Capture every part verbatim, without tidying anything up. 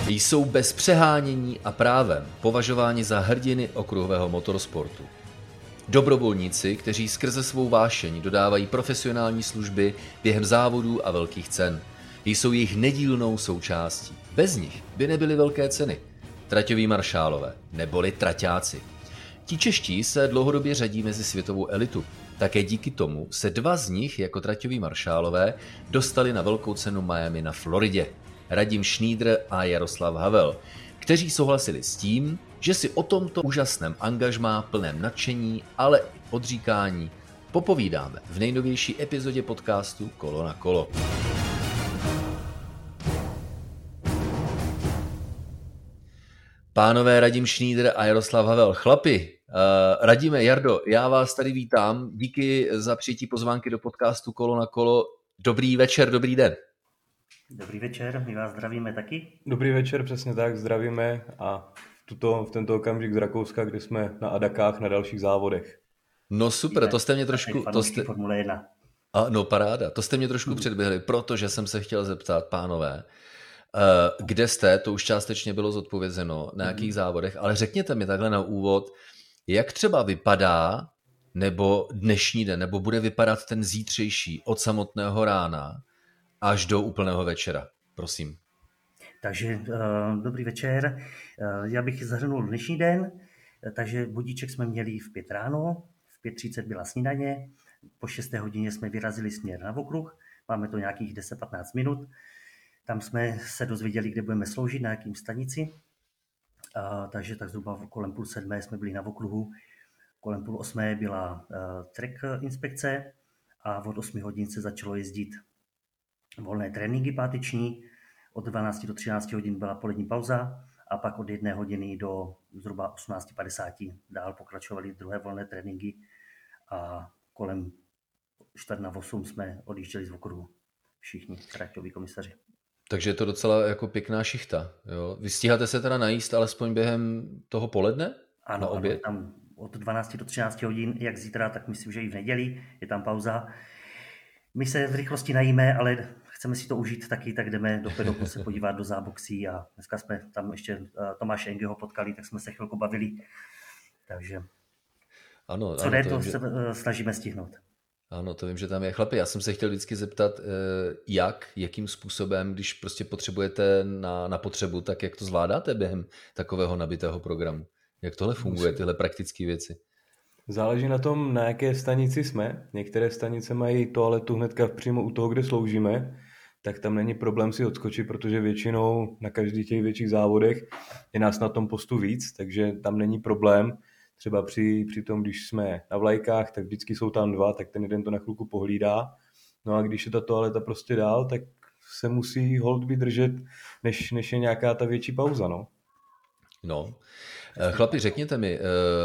Jsou bez přehánění a právem považováni za hrdiny okruhového motorsportu. Dobrovolníci, kteří skrze svou vášeň dodávají profesionální služby během závodů a velkých cen. Jsou jejich nedílnou součástí. Bez nich by nebyly velké ceny. Traťoví maršálové, neboli traťáci. Ti čeští se dlouhodobě řadí mezi světovou elitu. Také díky tomu se dva z nich jako traťoví maršálové dostali na velkou cenu Miami na Floridě. Radim Schneider a Jaroslav Havel, kteří souhlasili s tím, že si o tomto úžasném angažmá plném nadšení, ale i podříkání popovídáme v nejnovější epizodě podcastu Kolo na kolo. Pánové Radim Schneider a Jaroslav Havel, chlapi, uh, Radime, Jardo, já vás tady vítám, díky za přijetí pozvánky do podcastu Kolo na kolo. Dobrý večer, dobrý den. Dobrý večer, my vás zdravíme taky. Dobrý večer, přesně tak, zdravíme a v, tuto, v tento okamžik z Rakouska, kde jsme na Adakách na dalších závodech. No super, to jste mě trošku... To jste... Formule jedna. A, no paráda, to jste mě trošku hmm. předběhli, protože jsem se chtěl zeptat, pánové, kde jste, to už částečně bylo zodpovězeno, na jakých hmm. závodech, ale řekněte mi takhle na úvod, jak třeba vypadá, nebo dnešní den, nebo bude vypadat ten zítřejší od samotného rána až do úplného večera. Prosím. Takže uh, dobrý večer. Uh, já bych zahrnul dnešní den. Takže budíček jsme měli v pět ráno, v pět třicet byla snídaně, po šesté hodině jsme vyrazili směr na okruh, máme to nějakých deset patnáct minut. Tam jsme se dozvěděli, kde budeme sloužit, na jakým stanici. Uh, takže tak zhruba kolem půl sedmé jsme byli na okruhu, kolem půl osmé byla uh, track inspekce a od osmi hodin se začalo jezdit volné tréninky páteční, od dvanácti do třinácti hodin byla polední pauza a pak od jedné hodiny do zhruba osmnáct padesát dál pokračovaly druhé volné tréninky a kolem čtvrt na osm jsme odjížděli z okruhu všichni traťoví komisaři. Takže je to docela jako pěkná šichta. Jo? Vy stíháte se teda najíst alespoň během toho poledne? Ano, na oběd? ano, tam od dvanácti do třinácti hodin, jak zítra, tak myslím, že i v neděli je tam pauza. My se v rychlosti najíme, ale chceme si to užít taky, tak jdeme do pedoku se podívat do záboxí a dneska jsme tam ještě Tomáše Engeho potkali, tak jsme se chvilku bavili. Takže ano, co ano, jde, to, to vím, se že... snažíme stihnout. Ano, to vím, že tam je. Chlapi, já jsem se chtěl vždycky zeptat, jak, jakým způsobem, když prostě potřebujete na, na potřebu, tak jak to zvládáte během takového nabitého programu? Jak tohle funguje, tyhle praktické věci? Záleží na tom, na jaké stanici jsme. Některé stanice mají toaletu hnedka přímo u toho, kde sloužíme, tak tam není problém si odskočit, protože většinou na každých těch větších závodech je nás na tom postu víc, takže tam není problém. Třeba při, při tom, když jsme na vlajkách, tak vždycky jsou tam dva, tak ten jeden to na chvilku pohlídá. No a když je ta toaleta prostě dál, tak se musí hold vydržet, než, než je nějaká ta větší pauza, no. No, chlapi, řekněte mi,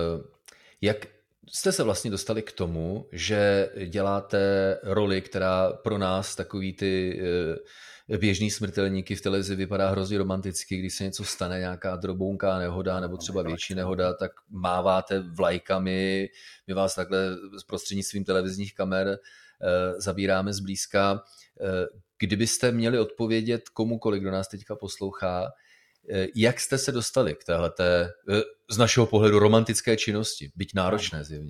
jak jste se vlastně dostali k tomu, že děláte roli, která pro nás takový ty běžný smrtelníky v televizi vypadá hrozně romanticky, když se něco stane, nějaká drobounká nehoda nebo třeba větší nehoda, tak máváte vlajkami, my vás takhle s prostřednictvím televizních kamer zabíráme zblízka. Kdybyste měli odpovědět komukoliv, kdo nás teďka poslouchá, jak jste se dostali k téhleté, z našeho pohledu, romantické činnosti, byť náročné zjevně?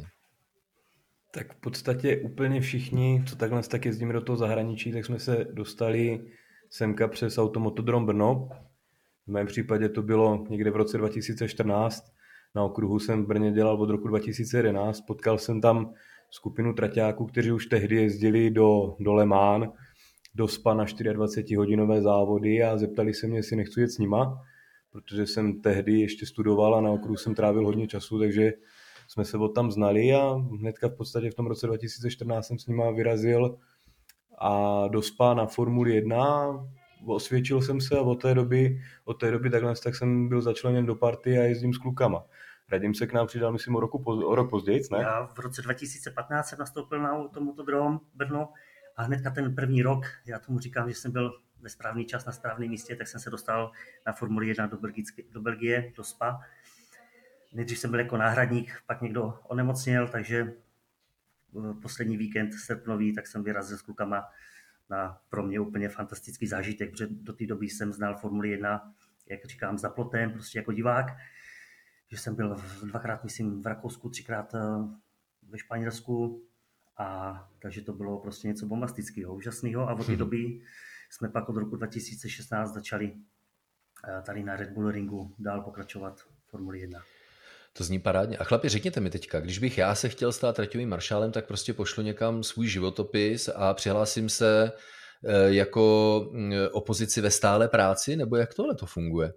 Tak v podstatě úplně všichni, co takhle tak jezdíme do toho zahraničí, tak jsme se dostali semka přes Automotodrom Brno. V mém případě to bylo někde v roce dva tisíce čtrnáct. Na okruhu jsem v Brně dělal od roku dva tisíce jedenáct. Potkal jsem tam skupinu traťáků, kteří už tehdy jezdili do, do Le Mans, do Spa na dvacetičtyřhodinové závody a zeptali se mě, jestli nechci jet s nima, protože jsem tehdy ještě studoval a na okruhu jsem trávil hodně času, takže jsme se od tam znali a hnedka v podstatě v tom roce dva tisíce čtrnáct jsem s nima vyrazil a do Spa na Formuli jedna, osvědčil jsem se a od té doby, od té doby takhle tak jsem byl začleněn do party a jezdím s klukama. Radim se k nám přidal, myslím, o, roku, o rok později, ne? Já v roce dva tisíce patnáct jsem nastoupil na Automotodrom Brno a hnedka ten první rok, já tomu říkám, že jsem byl ve správný čas na správném místě, tak jsem se dostal na Formuli jedna do, do Belgie, do Spa. Nejdřív jsem byl jako náhradník, pak někdo onemocněl, takže poslední víkend srpnový, tak jsem vyrazil s klukama na pro mě úplně fantastický zážitek, protože do té doby jsem znal Formuli jedna jak říkám, za plotem, prostě jako divák, že jsem byl dvakrát, myslím, v Rakousku, třikrát ve Španělsku, a takže to bylo prostě něco bombastického, úžasného, a od té doby jsme pak od roku dva tisíce šestnáct začali tady na Red Bull Ringu dál pokračovat v Formuli jedna. To zní parádně. A chlapi, řekněte mi teďka, když bych já se chtěl stát traťovým maršálem, tak prostě pošlu někam svůj životopis a přihlásím se jako opozici ve stále práci, nebo jak tohle to funguje?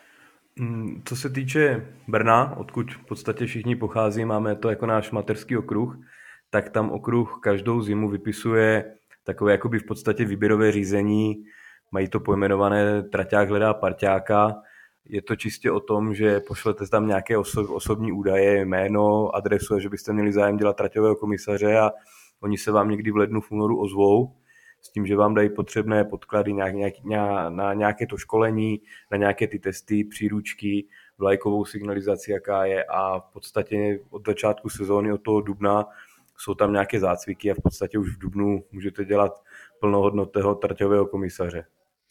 Co se týče Brna, odkud v podstatě všichni pochází, máme to jako náš mateřský okruh, tak tam okruh každou zimu vypisuje takové jakoby v podstatě výběrové řízení, mají to pojmenované traťák hledá parťáka. Je to čistě o tom, že pošlete tam nějaké oso- osobní údaje, jméno, adresu, že byste měli zájem dělat traťového komisaře, a oni se vám někdy v lednu, v únoru ozvou s tím, že vám dají potřebné podklady nějak, nějak, na nějaké to školení, na nějaké ty testy, příručky, vlajkovou signalizaci, jaká je, a v podstatě od začátku sezóny, od toho dubna, jsou tam nějaké zácviky a v podstatě už v dubnu můžete dělat plnohodnotného traťového komisaře.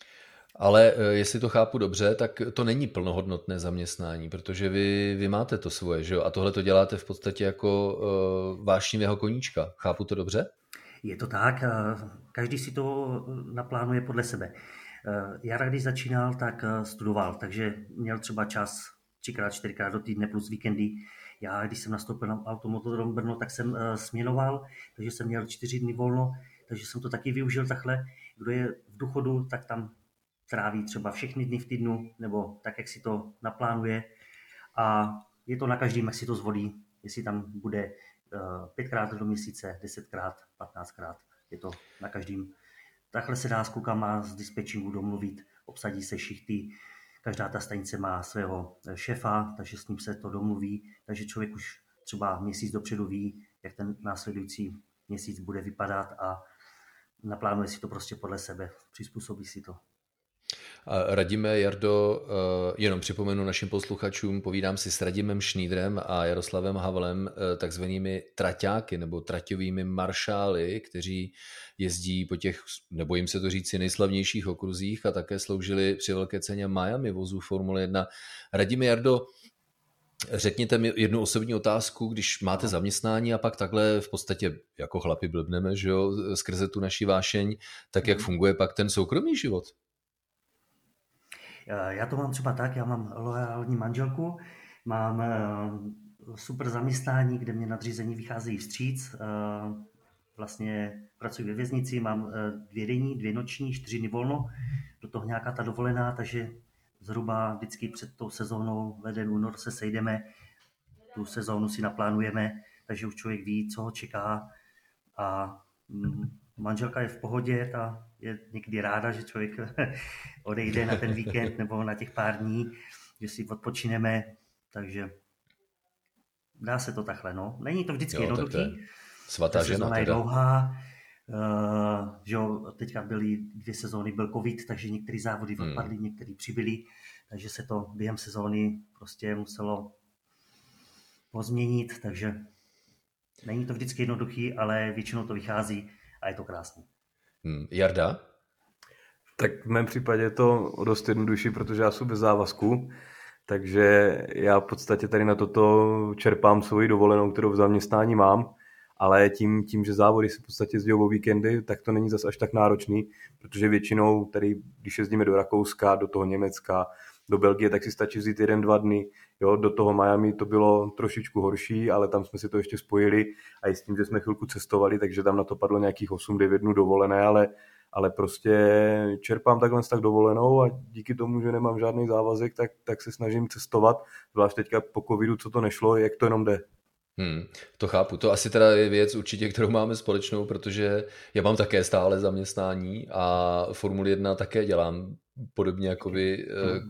Ale jestli to chápu dobře, tak to není plnohodnotné zaměstnání, protože vy, vy máte to svoje, že jo? A tohle to děláte v podstatě jako uh, vášnivého koníčka. Chápu to dobře? Je to tak, každý si to naplánuje podle sebe. Já, když začínal, tak studoval, takže měl třeba čas třikrát, čtyřikrát do týdne plus víkendy. Já, když jsem nastoupil na Automotodrom Brno, tak jsem směnoval, takže jsem měl čtyři dny volno, takže jsem to taky využil takhle. Kdo je v důchodu, tak tam tráví třeba všechny dny v týdnu, nebo tak, jak si to naplánuje. A je to na každém, jak si to zvolí, jestli tam bude pětkrát do měsíce, desetkrát, patnáctkrát, je to na každým. Takhle se dá s klukama z dispečingu domluvit, obsadí se šichty, každá ta stanice má svého šéfa, takže s ním se to domluví, takže člověk už třeba měsíc dopředu ví, jak ten následující měsíc bude vypadat, a naplánuje si to prostě podle sebe, přizpůsobí si to. A Radime, Jardo, jenom připomenu našim posluchačům, povídám si s Radimem Šnídrem a Jaroslavem Havlem, takzvanými traťáky nebo traťovými maršály, kteří jezdí po těch, nebojím se to říci, nejslavnějších okruzích a také sloužili při velké ceně Miami vozů Formule jedna. Radime, Jardo, řekněte mi jednu osobní otázku, když máte zaměstnání a pak takhle v podstatě jako chlapi blbneme, že jo, skrze tu naši vášeň, tak jak funguje pak ten soukromý život? Já to mám třeba tak, já mám loajální manželku, mám super zaměstnání, kde mě nadřízení vycházejí vstříc, vlastně pracuji ve věznici, mám dvě denní, dvě noční, čtyři dny volno, do toho nějaká ta dovolená, takže zhruba vždycky před tou sezónou leden, únor se sejdeme, tu sezónu si naplánujeme, takže už člověk ví, co ho čeká, a manželka je v pohodě, ta je někdy ráda, že člověk odejde na ten víkend nebo na těch pár dní, že si odpočineme, takže dá se to takhle, no. Není to vždycky jednoduchý. Svatá žena teda. Je dlouhá, uh, že jo, teďka byly dvě sezóny, byl covid, takže některé závody odpadly, hmm. některé přibyly, takže se to během sezóny prostě muselo pozměnit, takže není to vždycky jednoduchý, ale většinou to vychází a je to krásný. Hmm. Jarda? Tak v mém případě je to o dost jednodušší, protože já jsem bez závazku, takže já v podstatě tady na toto čerpám svoji dovolenou, kterou v zaměstnání mám, ale tím, tím že závody se v podstatě jezdí o víkendy, tak to není zas až tak náročný, protože většinou tady, když jezdíme do Rakouska, do toho Německa, do Belgie, tak si stačí vzít jeden, dva dny. Jo, do toho Miami to bylo trošičku horší, ale tam jsme si to ještě spojili a i s tím, že jsme chvilku cestovali, takže tam na to padlo nějakých osm devět dnů dovolené, ale, ale prostě čerpám takhle tak dovolenou a díky tomu, že nemám žádný závazek, tak, tak se snažím cestovat, zvlášť teďka po covidu, co to nešlo, jak to jenom jde. Hmm, to chápu. To asi teda je věc určitě, kterou máme společnou, protože já mám také stále zaměstnání a Formuli jedna také dělám podobně jako vy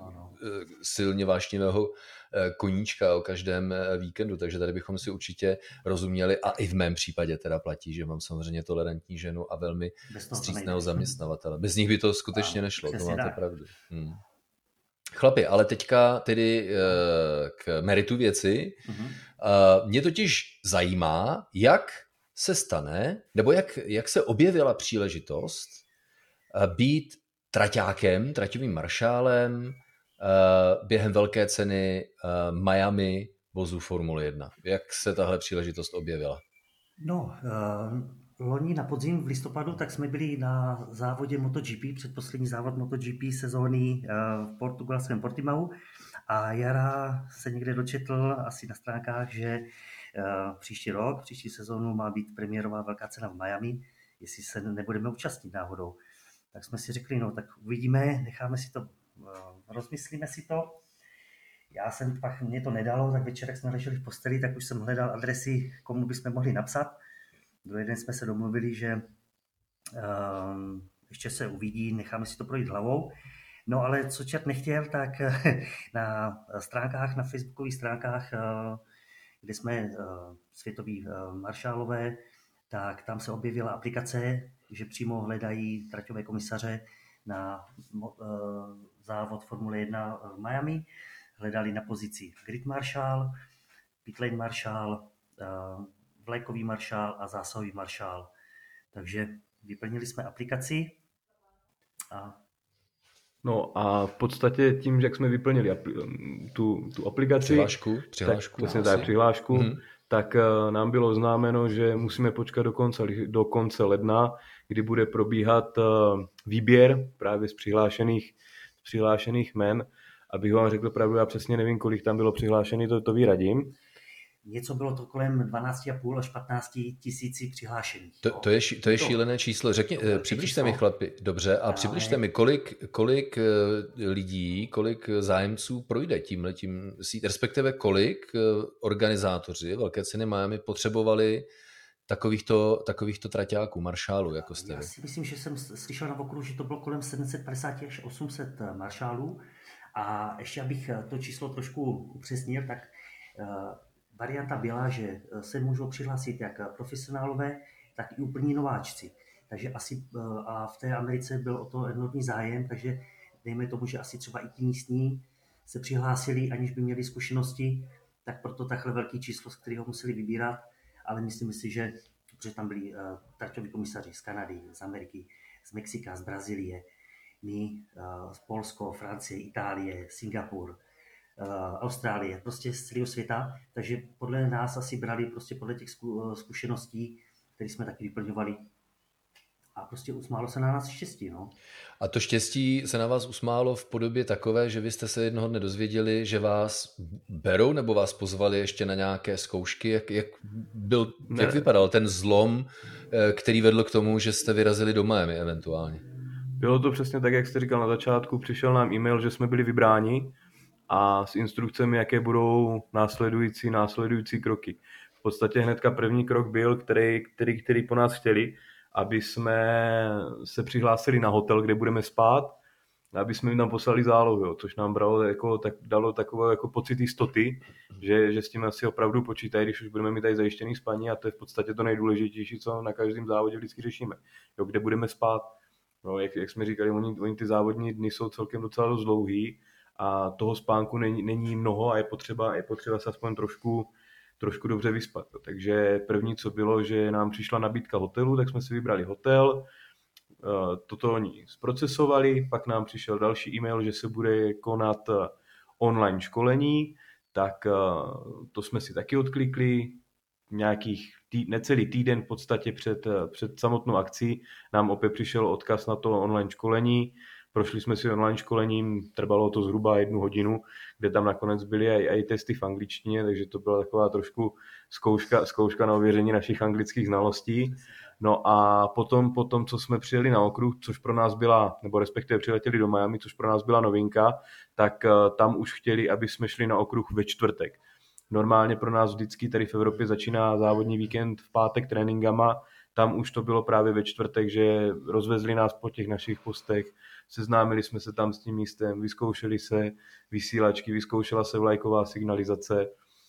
silně vášnivého koníčka o každém víkendu, takže tady bychom si určitě rozuměli a i v mém případě teda platí, že mám samozřejmě tolerantní ženu a velmi vstřícného zaměstnavatele. Bez nich by to skutečně nešlo, to máte pravdu. Hmm. Chlapi, ale teďka tedy k meritu věci. Uh-huh. Mě totiž zajímá, jak se stane, nebo jak, jak se objevila příležitost být traťákem, traťovým maršálem během velké ceny Miami vozu Formule jedna. Jak se tahle příležitost objevila? No, loni na podzim v listopadu, tak jsme byli na závodě MotoGP, předposlední závod MotoGP sezóny v portugalském Portimau a Jara se někde dočetl asi na stránkách, že příští rok, příští sezónu má být premiérová velká cena v Miami, jestli se nebudeme účastnit náhodou. Tak jsme si řekli, no tak uvidíme, necháme si to, rozmyslíme si to. Já jsem pak, mě to nedalo, tak večer, jak jsme leželi v posteli, tak už jsem hledal adresy, komu bychom mohli napsat. Druhý den jsme se domluvili, že um, ještě se uvidí, necháme si to projít hlavou. No ale co čert nechtěl, tak na stránkách, na facebookových stránkách, kde jsme světoví maršálové, tak tam se objevila aplikace, že přímo hledají traťové komisaře na závod Formule jedna v Miami. Hledali na pozici grid maršál, pitlane maršál, vlajkový maršál a zásahový maršál. Takže vyplnili jsme aplikaci a No a v podstatě tím, jak jsme vyplnili tu, tu aplikaci, přihlášku, přihlášku, tak, tak, přihlášku mm-hmm. tak uh, nám bylo oznámeno, že musíme počkat do konce, do konce ledna, kdy bude probíhat uh, výběr právě z přihlášených, z přihlášených men. Abych vám řekl pravdu, já přesně nevím, kolik tam bylo přihlášený, to, to vyradím. Něco bylo to kolem dvanáct a půl až patnáct tisící přihlášených. To, to je, to je šílené číslo. Řekni, to, přibližte mi, chlapi, dobře, a přibližte mi, kolik, kolik lidí, kolik zájemců projde tímhletím, respektive kolik organizátoři Velké ceny Miami potřebovali takovýchto, takovýchto traťáků, maršálů, jako jste. Já si myslím, že jsem slyšel na okruhu, že to bylo kolem sedm set padesát až osm set maršálů. A ještě abych to číslo trošku upřesnil, tak varianta byla, že se můžou přihlásit jak profesionálové, tak i úplní nováčci. Takže asi a v té Americe byl o to enormní zájem, takže dejme tomu, že asi třeba i ti místní se přihlásili, aniž by měli zkušenosti, tak proto takhle velký číslo, z kterého museli vybírat, ale myslím si, že protože tam byli uh, traťoví komisaři z Kanady, z Ameriky, z Mexika, z Brazílie, my uh, z Polsko, Francie, Itálie, Singapur, uh, Austrálie, prostě z celého světa, takže podle nás asi brali prostě podle těch zkušeností, které jsme taky vyplňovali. A prostě usmálo se na nás štěstí, no. A to štěstí se na vás usmálo v podobě takové, že vy jste se jednoho dne dozvěděli, že vás berou, nebo vás pozvali ještě na nějaké zkoušky? Jak, jak, byl, jak vypadal ten zlom, který vedl k tomu, že jste vyrazili do Miami eventuálně? Bylo to přesně tak, jak jste říkal na začátku. Přišel nám e-mail, že jsme byli vybráni a s instrukcemi, jaké budou následující, následující kroky. V podstatě hnedka první krok byl, který, který, který po nás chtěli, aby jsme se přihlásili na hotel, kde budeme spát, aby jsme jim tam poslali zálohu, jo, což nám bralo, jako, tak, dalo takové jako pocit jistoty, že, že s tím asi opravdu počítají, když už budeme mít tady zajištěný spaní, a to je v podstatě to nejdůležitější, co na každém závodě vždycky řešíme, jo, kde budeme spát. No, jak, jak jsme říkali, oni, oni ty závodní dny jsou celkem docela dost dlouhý a toho spánku není, není mnoho a je potřeba, je potřeba se aspoň trošku trošku dobře vyspat. Takže první, co bylo, že nám přišla nabídka hotelu, tak jsme si vybrali hotel, toto oni zprocesovali, pak nám přišel další e-mail, že se bude konat online školení, tak to jsme si taky odklikli. Nějakých tý, necelý týden v podstatě před, před samotnou akcí nám opět přišel odkaz na to online školení. Prošli jsme si online školením, trvalo to zhruba jednu hodinu, kde tam nakonec byly i, i testy v angličtině, takže to byla taková trošku zkouška, zkouška na ověření našich anglických znalostí. No a potom, potom, co jsme přijeli na okruh, což pro nás byla, nebo respektive přiletěli do Miami, což pro nás byla novinka, tak tam už chtěli, aby jsme šli na okruh ve čtvrtek. Normálně pro nás vždycky tady v Evropě začíná závodní víkend v pátek tréninkama, tam už to bylo právě ve čtvrtek, že rozvezli nás po těch našich postech, seznámili jsme se tam s tím místem, vyzkoušeli se vysílačky, vyzkoušela se vlajková signalizace.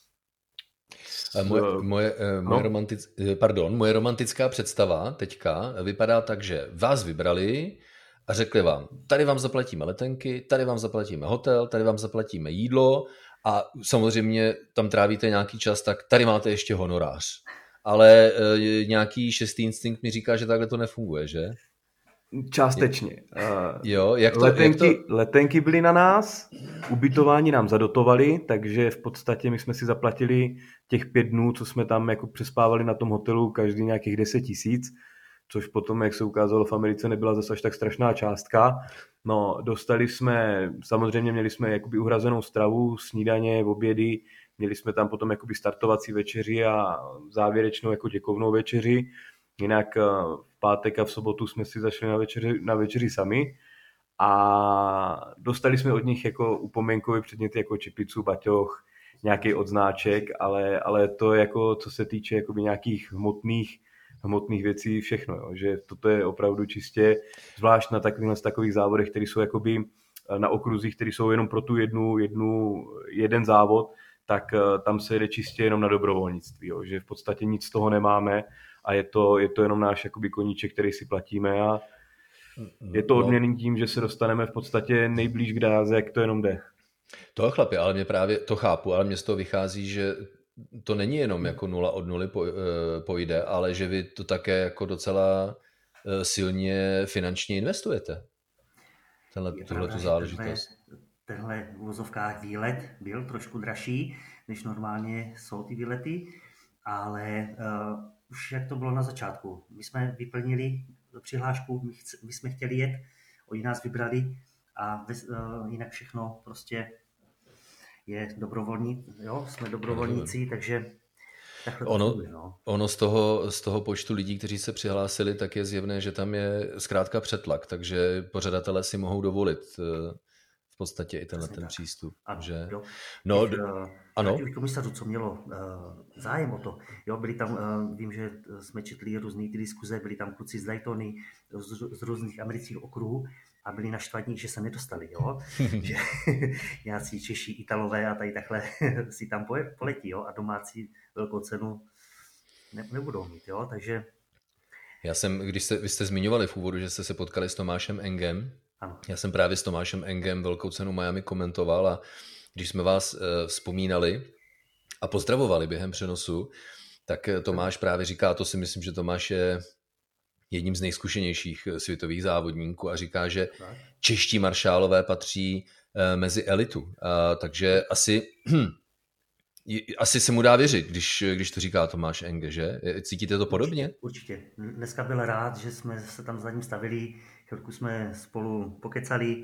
Moje, moje, moje, no. romantic, pardon, moje romantická představa teďka vypadá tak, že vás vybrali a řekli vám, tady vám zaplatíme letenky, tady vám zaplatíme hotel, tady vám zaplatíme jídlo a samozřejmě tam trávíte nějaký čas, tak tady máte ještě honorář. Ale e, nějaký šestý instinkt mi říká, že takhle to nefunguje, že? Částečně. Jo, jak to, letenky, jak to... letenky byly na nás, ubytování nám zadotovali, takže v podstatě my jsme si zaplatili těch pět dnů, co jsme tam jako přespávali na tom hotelu, každý nějakých deset tisíc, což potom, jak se ukázalo v Americe, nebyla zase až tak strašná částka. No, dostali jsme, samozřejmě měli jsme jakoby uhrazenou stravu, snídaně, obědy, měli jsme tam potom jakoby startovací večeři a závěrečnou jako děkovnou večeři. Jinak v pátek a v sobotu jsme si zašli na večeři, na večeři sami a dostali jsme od nich jako upomínkové předměty jako čepicu, baťoch, nějaký odznáček, ale, ale to jako, co se týče jakoby nějakých hmotných, hmotných věcí, všechno, jo, že toto je opravdu čistě, zvlášť na takových, takových závodech, které jsou jakoby na okruzích, které jsou jenom pro tu jednu, jednu, jeden závod, tak tam se jede čistě jenom na dobrovolnictví, jo, že v podstatě nic z toho nemáme a je to, je to jenom náš jakoby koníček, který si platíme a je to odměněný tím, že se dostaneme v podstatě nejblíž k dráze, jak to jenom jde. To chlapi, ale mě právě to chápu, ale mě z toho vychází, že to není jenom jako nula od nuly pojde, ale že vy to také jako docela silně finančně investujete. Tenhle, tuhletu záležitost. Tenhle, tenhle v uvozovkách výlet byl trošku dražší, než normálně jsou ty výlety, ale uh, už jak to bylo na začátku. My jsme vyplnili přihlášku, my, chc- my jsme chtěli jet, oni nás vybrali a ve, uh, jinak všechno prostě je dobrovolní, jo, jsme dobrovolníci, takže takhle to ono, bude, no. ono z toho, z toho počtu lidí, kteří se přihlásili, tak je zjevné, že tam je zkrátka přetlak, takže pořadatelé si mohou dovolit v podstatě i tenhle ten přístup. Ano, že... jo. No, Těch, ano. Těch komisařů, co mělo uh, zájem o to, jo, byli tam, uh, vím, že jsme četli různé ty diskuze, byli tam kluci z Daytony, z, z různých amerických okruhů a byli naštvaní, že se nedostali, jo, že nějací Češi, Italové a tady takhle si tam poletí, jo, a domácí velkou cenu ne, nebudou mít, jo, takže... Já jsem, když jste, vy jste zmiňovali v úvodu, že jste se potkali s Tomášem Engem, ano. Já jsem právě s Tomášem Engem velkou cenu Miami komentoval a když jsme vás uh, vzpomínali a pozdravovali během přenosu, tak Tomáš právě říká, to si myslím, že Tomáš je jedním z nejzkušenějších světových závodníků a říká, že čeští maršálové patří uh, mezi elitu. Uh, takže asi, asi se mu dá věřit, když, když to říká Tomáš Enge, že? Cítíte to podobně? Určitě, určitě. Dneska byl rád, že jsme se tam za ním stavili, chvilku jsme spolu pokecali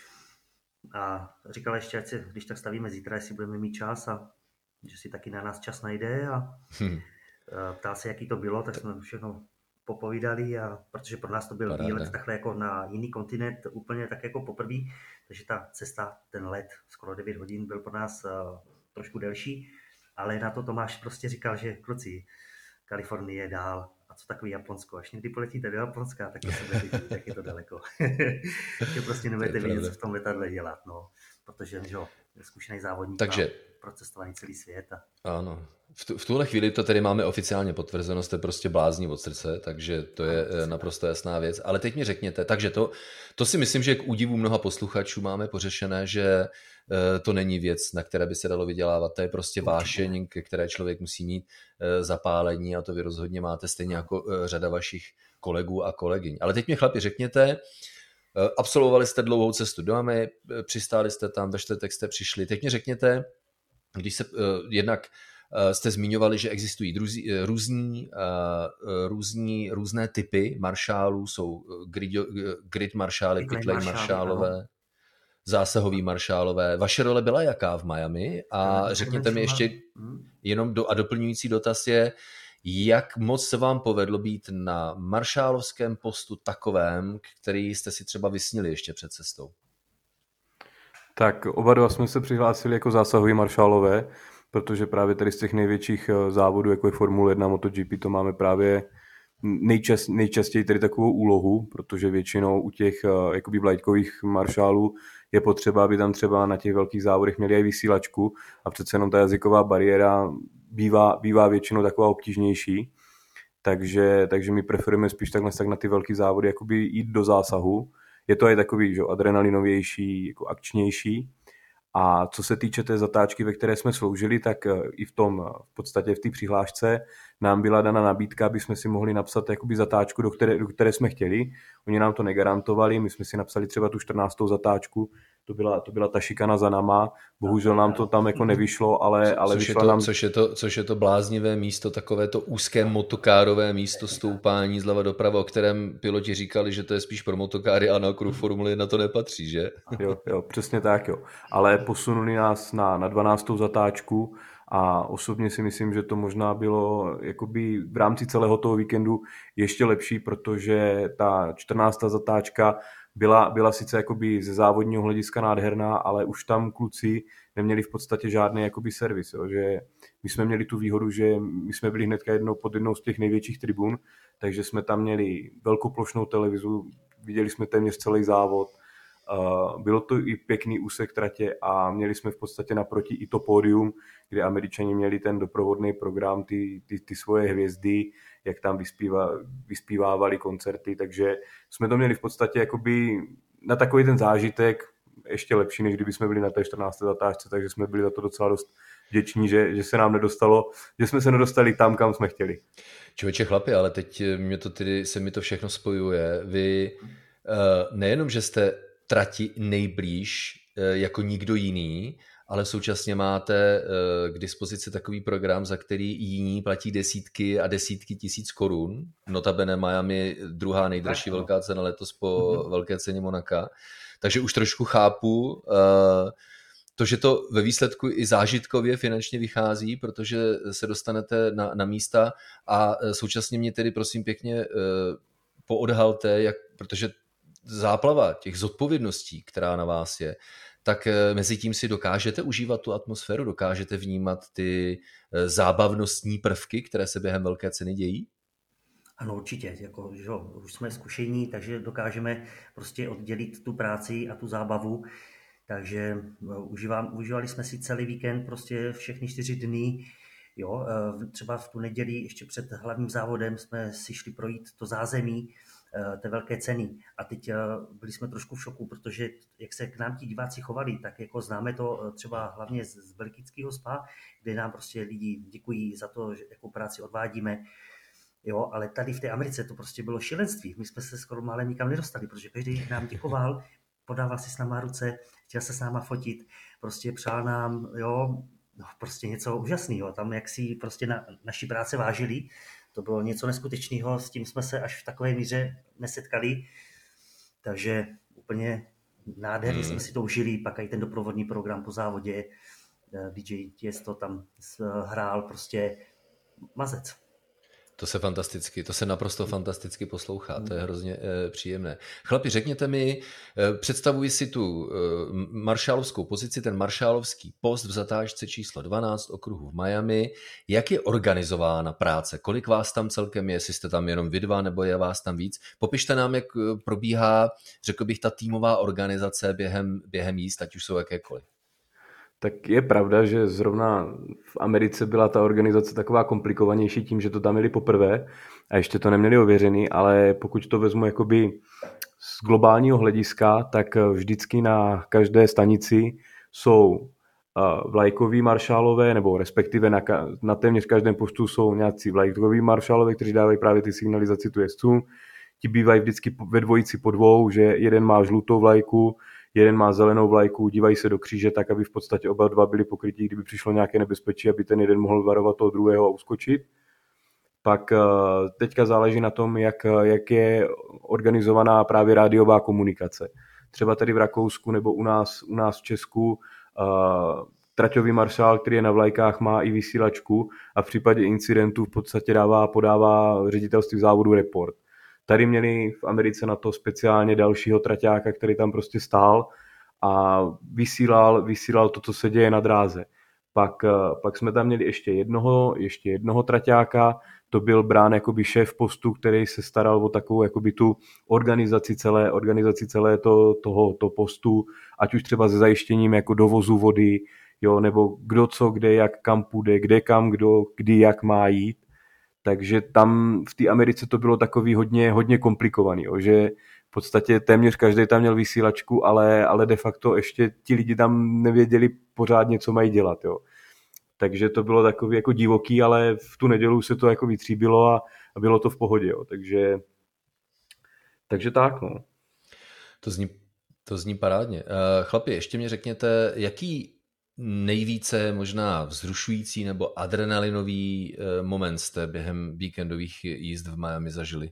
a říkal ještě, ať se, když tak stavíme zítra, jestli budeme mít čas a že si taky na nás čas najde a hmm. ptal se, jaký to bylo, tak jsme všechno popovídali a protože pro nás to byl Paráda. Výlet takhle jako na jiný kontinent úplně tak jako poprvé, takže ta cesta, ten let skoro devět hodin byl pro nás uh, trošku delší, ale na to Tomáš prostě říkal, že kluci, Kalifornie je dál a co takový Japonsko, až někdy poletíte do Japonska, tak to se budete, tak je to daleko. že prostě nebudete vědět, co v tom letadle dělat, no, protože že zkušený závodník takže procestovaný celý svět. A... Ano. V, tu, v tuhle chvíli to tedy máme oficiálně potvrzeno, jste prostě blázní od srdce, takže to je ano, naprosto jasná věc. Ale teď mi řekněte, takže to, to si myslím, že k údivu mnoha posluchačů máme pořešené, že uh, to není věc, na které by se dalo vydělávat, to je prostě vášeň, ke které člověk musí mít uh, zapálení a to vy rozhodně máte stejně jako uh, řada vašich kolegů a kolegyň. Ale teď mi chlapi řekněte, uh, absolvovali jste dlouhou cestu do Amy, přistáli jste tam, ve čtvrtek jste přišli, teď mi řekněte, když se uh, jednak uh, jste zmiňovali, že existují druzí, uh, různí, uh, různí, různé typy maršálů, jsou grid, grid maršály, pitlane maršálové, zásahoví maršálové. Vaše role byla jaká v Miami? A no, řekněte mi ještě jenom do, a doplňující dotaz je, jak moc se vám povedlo být na maršálovském postu takovém, který jste si třeba vysnili ještě před cestou? Tak oba dva jsme se přihlásili jako zásahoví maršálové, protože právě tady z těch největších závodů, jako je Formule jedna, MotoGP, to máme právě nejčast, nejčastěji tady takovou úlohu, protože většinou u těch jakoby vlajkových maršálů je potřeba, aby tam třeba na těch velkých závodech měli i vysílačku a přece jenom ta jazyková bariéra bývá, bývá většinou taková obtížnější, takže, takže my preferujeme spíš takhle tak na ty velké závody jakoby jít do zásahu. Je to i takový, že adrenalinovější, jako akčnější A co se týče té zatáčky, ve které jsme sloužili, tak i v tom, v podstatě v té přihlášce nám byla dana nabídka, aby jsme si mohli napsat jakoby zatáčku, do které, do které jsme chtěli. Oni nám to negarantovali, my jsme si napsali třeba tu čtrnáctou zatáčku, to byla, to byla ta šikana za náma, bohužel nám to tam jako nevyšlo, ale, ale což, vyšla je to, nám... což, je to, což je to bláznivé místo, takové to úzké motokárové místo stoupání zleva doprava, o kterém piloti říkali, že to je spíš pro motokáry a na okruh Formule jedna to nepatří, že? Jo, jo, přesně tak, jo. Ale posunuli nás na, na dvanáctou zatáčku a osobně si myslím, že to možná bylo jakoby v rámci celého toho víkendu ještě lepší, protože ta čtrnáctá zatáčka byla, byla sice jakoby ze závodního hlediska nádherná, ale už tam kluci neměli v podstatě žádný jakoby servis, jo, že my jsme měli tu výhodu, že my jsme byli hnedka jednou pod jednou z těch největších tribun, takže jsme tam měli velkoplošnou televizu, viděli jsme téměř celý závod. Uh, bylo to i pěkný úsek tratě a měli jsme v podstatě naproti i to pódium, kde Američani měli ten doprovodný program, ty, ty, ty svoje hvězdy, jak tam vyspíva, vyspívávali koncerty, takže jsme to měli v podstatě jakoby na takový ten zážitek ještě lepší, než kdyby jsme byli na té čtrnácté zatáčce, takže jsme byli za to docela dost vděční, že, že se nám nedostalo, že jsme se nedostali tam, kam jsme chtěli. Člověče chlapi, ale teď mě to tedy, se mi to všechno spojuje. Vy uh, nejenom, že jste trati nejblíž jako nikdo jiný, ale současně máte k dispozici takový program, za který jiní platí desítky a desítky tisíc korun. Notabene Miami druhá nejdražší velká cena letos po mm-hmm. velké ceně Monaka. Takže už trošku chápu to, že to ve výsledku i zážitkově finančně vychází, protože se dostanete na, na místa a současně mě tedy prosím pěkně poodhalte, jak, protože záplava těch zodpovědností, která na vás je, tak mezi tím si dokážete užívat tu atmosféru, dokážete vnímat ty zábavnostní prvky, které se během velké ceny dějí? Ano, určitě. Jako, že jo, už jsme zkušení, takže dokážeme prostě oddělit tu práci a tu zábavu. Takže užívám, užívali jsme si celý víkend, prostě všechny čtyři dny. Jo, třeba v tu neděli ještě před hlavním závodem jsme si šli projít to zázemí té velké ceny. A teď byli jsme trošku v šoku, protože jak se k nám ti diváci chovali, tak jako známe to třeba hlavně z, z belgického Spa, kde nám prostě lidi děkují za to, že jakou práci odvádíme. Jo, ale tady v té Americe to prostě bylo šílenství. My jsme se skoro málem nikam nedostali, protože každý nám děkoval, podával si s náma ruce, chtěl se s náma fotit, prostě přál nám, jo, no, prostě něco úžasného. Tam, jak si prostě na naší práce vážili, to bylo něco neskutečného, s tím jsme se až v takové míře nesetkali, takže úplně nádherně hmm. jsme si to užili, pak i ten doprovodný program po závodě, dý džej Tiesto tam hrál, prostě mazec. To se fantasticky, to se naprosto fantasticky poslouchá, to je hrozně e, příjemné. Chlapi, řekněte mi, e, představuji si tu e, maršálovskou pozici, ten maršálovský post v zatáčce číslo dvanáct okruhu v Miami. Jak je organizována práce? Kolik vás tam celkem je? Jestli jste tam jenom vy dva, nebo je vás tam víc? Popište nám, jak probíhá, řekl bych, ta týmová organizace během, během jízd, ať už jsou jakékoliv. Tak je pravda, že zrovna v Americe byla ta organizace taková komplikovanější tím, že to tam měli poprvé a ještě to neměli ověřený, ale pokud to vezmu jakoby z globálního hlediska, tak vždycky na každé stanici jsou vlajkoví maršálové, nebo respektive na, na téměř každém postu jsou nějací vlajkoví maršálové, kteří dávají právě ty signalizaci tu jezdcům. Ti bývají vždycky ve dvojici po dvou, že jeden má žlutou vlajku, jeden má zelenou vlajku, dívají se do kříže tak, aby v podstatě oba dva byli pokrytí, kdyby přišlo nějaké nebezpečí, aby ten jeden mohl varovat toho druhého a uskočit. Pak teďka záleží na tom, jak, jak je organizovaná právě rádiová komunikace. Třeba tady v Rakousku nebo u nás, u nás v Česku uh, traťový maršál, který je na vlajkách, má i vysílačku a v případě incidentu v podstatě dává, podává ředitelství závodu report. Tady měli v Americe na to speciálně dalšího traťáka, který tam prostě stál a vysílal, vysílal to, co se děje na dráze. Pak, pak jsme tam měli ještě jednoho, ještě jednoho traťáka, to byl brán jakoby šéf postu, který se staral o takovou jakoby tu organizaci celé, organizaci celé to, toho to postu, ať už třeba se zajištěním jako dovozu vody, jo, nebo kdo co, kde, jak, kam půjde, kde, kam, kdo, kdy, jak má jít. Takže tam v té Americe to bylo takový hodně, hodně komplikovaný, jo, že v podstatě téměř každý tam měl vysílačku, ale, ale de facto ještě ti lidi tam nevěděli pořádně, co mají dělat, jo. Takže to bylo takový jako divoký, ale v tu nedělu se to jako vytříbilo a, a bylo to v pohodě, jo. Takže, takže tak, no. To zní, to zní parádně. Uh, chlapi, ještě mě řekněte, jaký nejvíce možná vzrušující nebo adrenalinový uh, moment jste během víkendových jízd v Miami zažili?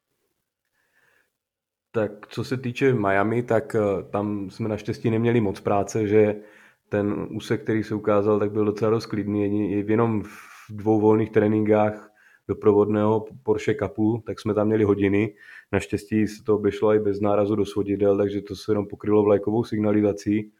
Tak co se týče Miami, tak uh, tam jsme naštěstí neměli moc práce, že ten úsek, který se ukázal, tak byl docela dost klidný. Jenom v dvou volných tréninkách doprovodného Porsche Cupu, tak jsme tam měli hodiny. Naštěstí se to obešlo i bez nárazu do svodidel, takže to se jenom pokrylo vlajkovou signalizací.